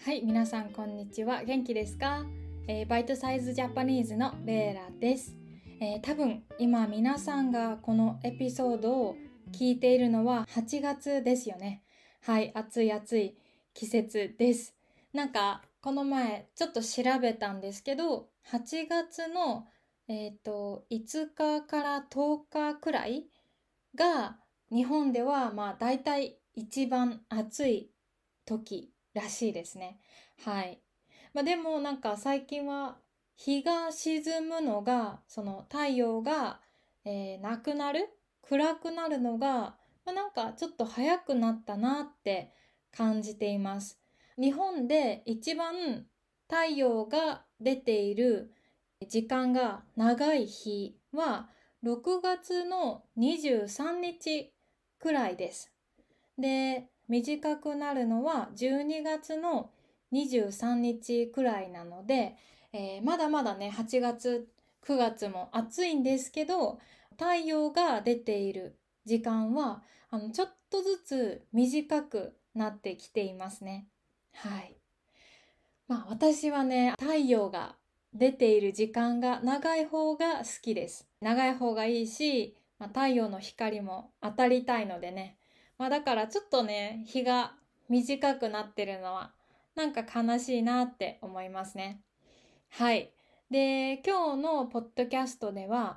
はい、皆さんこんにちは。元気ですか？バイトサイズジャパニーズのレイラです。多分今皆さんがこのエピソードを聞いているのは8月ですよね。はい、暑い季節です。なんかこの前ちょっと調べたんですけど、8月の5日から10日くらいが日本ではだいたい一番暑い時らしいですね。はい。でもなんか最近は日が沈むのが、その太陽が、なくなる、暗くなるのが、なんかちょっと早くなったなって感じています。日本で一番太陽が出ている時間が長い日は6月の23日くらいです。で、短くなるのは12月の23日くらいなので、まだまだね、8月、9月も暑いんですけど、太陽が出ている時間は、ちょっとずつ短くなってきていますね。はい。私はね、太陽が出ている時間が長い方が好きです。長い方がいいし、太陽の光も当たりたいのでね。だからちょっとね、日が短くなってるのはなんか悲しいなって思いますね。はい。で、今日のポッドキャストでは、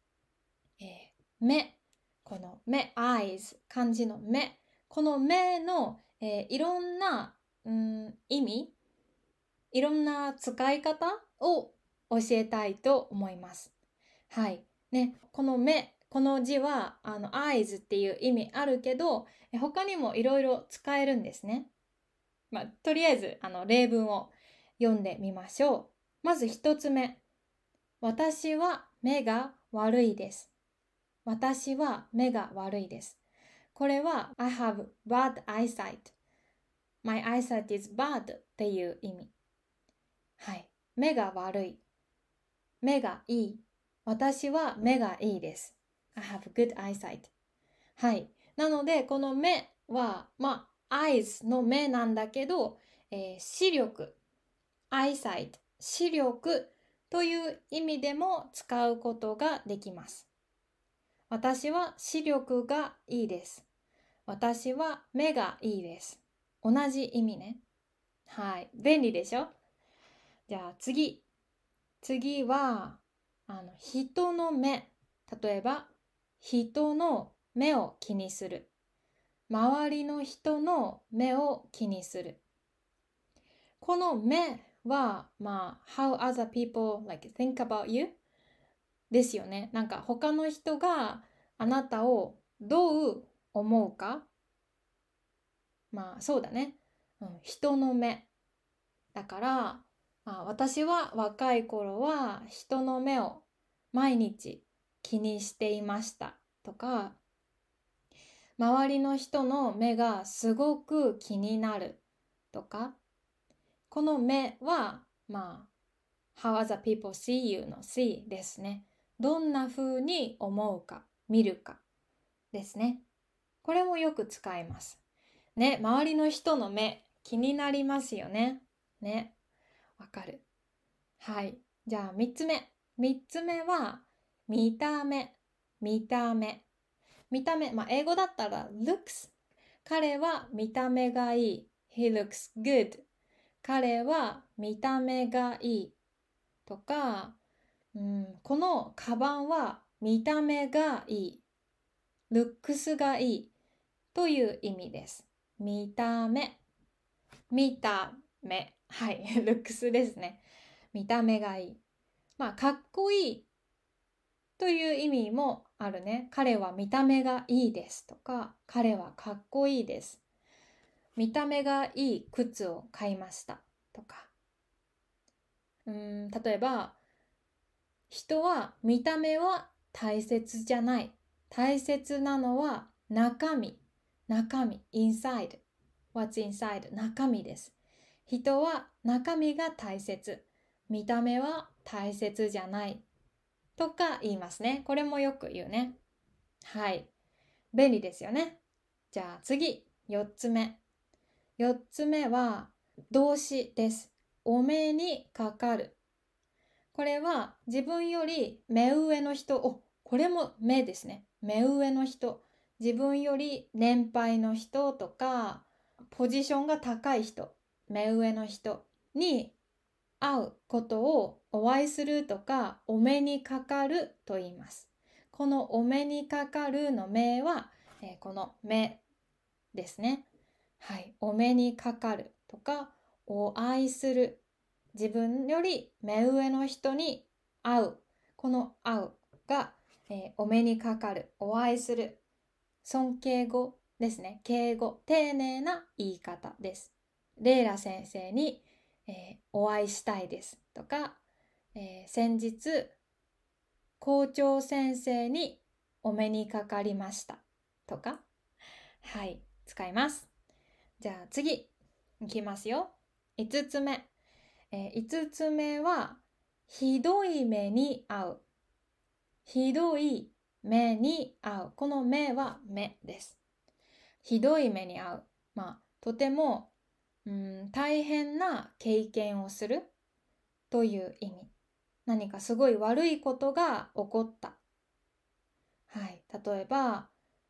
目、この目、eyes、漢字の目、この目の、いろんな、意味、いろんな使い方を教えたいと思います。はい。ね、この目、この字はeyes っていう意味あるけど、他にもいろいろ使えるんですね。とりあえず例文を読んでみましょう。まず一つ目。私は目が悪いです。私は目が悪いです。これは I have bad eyesight. My eyesight is bad っていう意味。はい。目が悪い。目がいい。私は目がいいです。I have good eyesight. はい。なので、この目は、eyes の目なんだけど、視力、eyesight、視力という意味でも使うことができます。私は視力がいいです。私は目がいいです。同じ意味ね。はい。便利でしょ？じゃあ次は、人の目。例えば、人の目を気にする。周りの人の目を気にする。この目は、how other people think about you ですよね。なんか他の人があなたをどう思うか。そうだね。人の目。だから、私は若い頃は人の目を毎日気にしていましたとか、周りの人の目がすごく気になるとか、この目は、how other people see you の see ですね。どんな風に思うか、見るかですね。これもよく使います。ね、周りの人の目気になりますよね。ね、わかる。はい。じゃあ3つ目。3つ目は、見た目。見た目。見た目。英語だったら looks。彼は見た目がいい。He looks good。彼は見た目がいい。とか、このカバンは見た目がいい。looks がいい。という意味です。見た目。見た目。はい。looks ですね。見た目がいい。かっこいいという意味もあるね。彼は見た目がいいですとか、彼はかっこいいです。見た目がいい靴を買いましたとか。例えば、人は見た目は大切じゃない。大切なのは中身。中身。inside。what's inside。中身です。人は中身が大切。見た目は大切じゃない。とか言いますね。これもよく言うね。はい。便利ですよね。じゃあ次、4つ目。4つ目は、 動詞です。お目にかかる。これは自分より目上の人、これも目ですね。目上の人。自分より年配の人とか、ポジションが高い人、目上の人に会うことをお会いするとか、お目にかかると言います。このお目にかかるの目は、この目ですね。はい。お目にかかるとか、お会いする。自分より目上の人に会う。この会うが、お目にかかる。お会いする。尊敬語ですね。敬語。丁寧な言い方です。レイラ先生に、お会いしたいですとか、先日校長先生にお目にかかりましたとか、はい、使います。じゃあ次いきますよ。5つ目、5つ目はひどい目に遭う。ひどい目に遭う。この目は目です。ひどい目に遭う。とても大変な経験をするという意味。何かすごい悪いことが起こった。はい。例えば、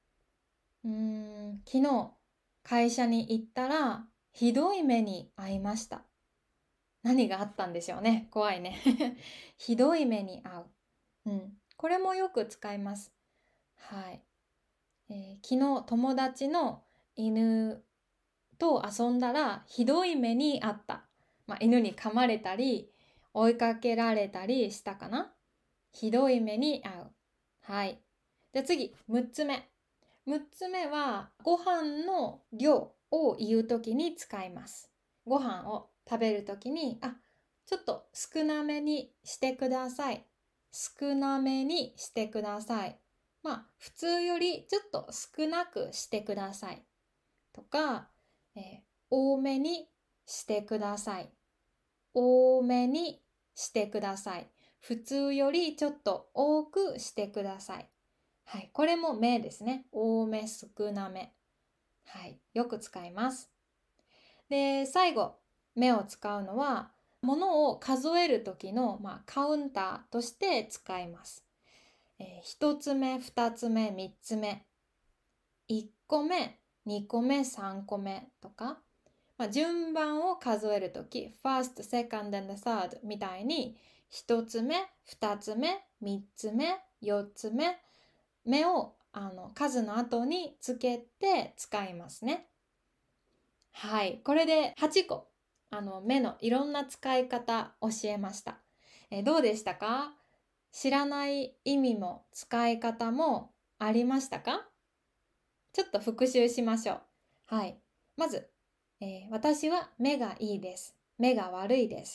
昨日会社に行ったらひどい目に遭いました。何があったんでしょうね。怖いね。ひどい目に遭う。これもよく使います。はい。昨日友達の犬と遊んだらひどい目に遭った。犬に噛まれたり追いかけられたりしたかな。ひどい目に遭う。はい。じゃあ次、6つ目。6つ目はご飯の量を言うときに使います。ご飯を食べるときに、ちょっと少なめにしてください。少なめにしてください。普通よりちょっと少なくしてください。とか、多めにしてください。多めにしてください。普通よりちょっと多くしてください。はい、これも目ですね。多め、少なめ。はい、よく使います。で、最後、目を使うのは、物を数える時の、カウンターとして使います。1つ目、2つ目、3つ目、1個目、2個目、3個目とか、順番を数えるとき、first, second, and third みたいに、1つ目、2つ目、3つ目、4つ目、目を数の後につけて使いますね。はい、これで8個目のいろんな使い方教えました。どうでしたか？知らない意味も使い方もありましたか？ちょっと復習しましょう。はい、まず、私は目がいいです。目が悪いです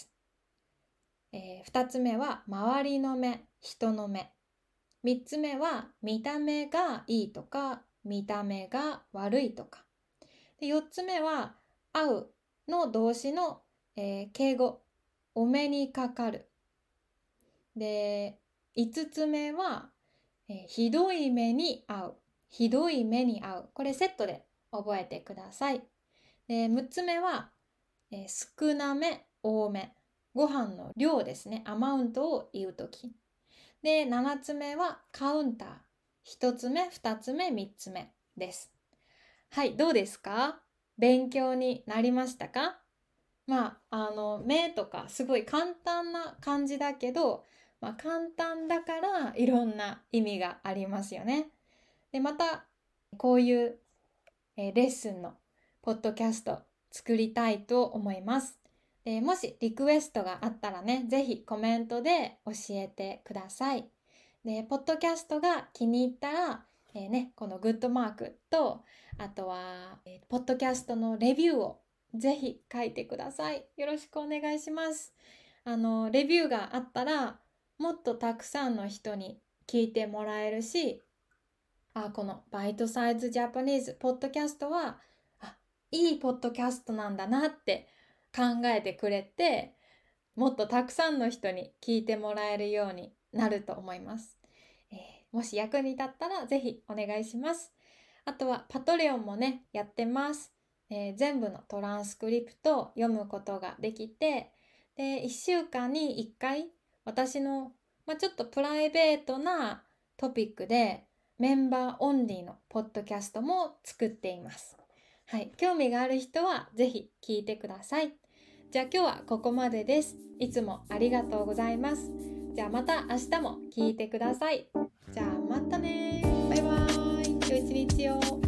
。2つ目は周りの目、人の目。3つ目は見た目がいいとか見た目が悪いとか。で4つ目は会うの動詞の、敬語、お目にかかる。で5つ目は、ひどい目に遭う。ひどい目に遭う。これセットで覚えてください。で6つ目は、少なめ、多め。ご飯の量ですね。アマウントを言うとき。で、7つ目はカウンター。1つ目、2つ目、3つ目です。はい、どうですか？勉強になりましたか？目とかすごい簡単な感じだけど、簡単だからいろんな意味がありますよね。で、またこういう、レッスンのポッドキャスト作りたいと思います。もしリクエストがあったらね、ぜひコメントで教えてください。で、ポッドキャストが気に入ったら、このグッドマークと、あとは、ポッドキャストのレビューをぜひ書いてください。よろしくお願いします。レビューがあったら、もっとたくさんの人に聞いてもらえるし、このバイトサイズジャパニーズポッドキャストは、いいポッドキャストなんだなって考えてくれて、もっとたくさんの人に聞いてもらえるようになると思います。もし役に立ったらぜひお願いします。あとはパトレオンもね、やってます。 全部のトランスクリプトを読むことができて、で1週間に1回私の、ちょっとプライベートなトピックでメンバーオンリーのポッドキャストも作っています。はい、興味がある人はぜひ聞いてください。じゃあ今日はここまでです。いつもありがとうございます。じゃあまた明日も聞いてください。じゃあまたね。バイバイ。今日一日を。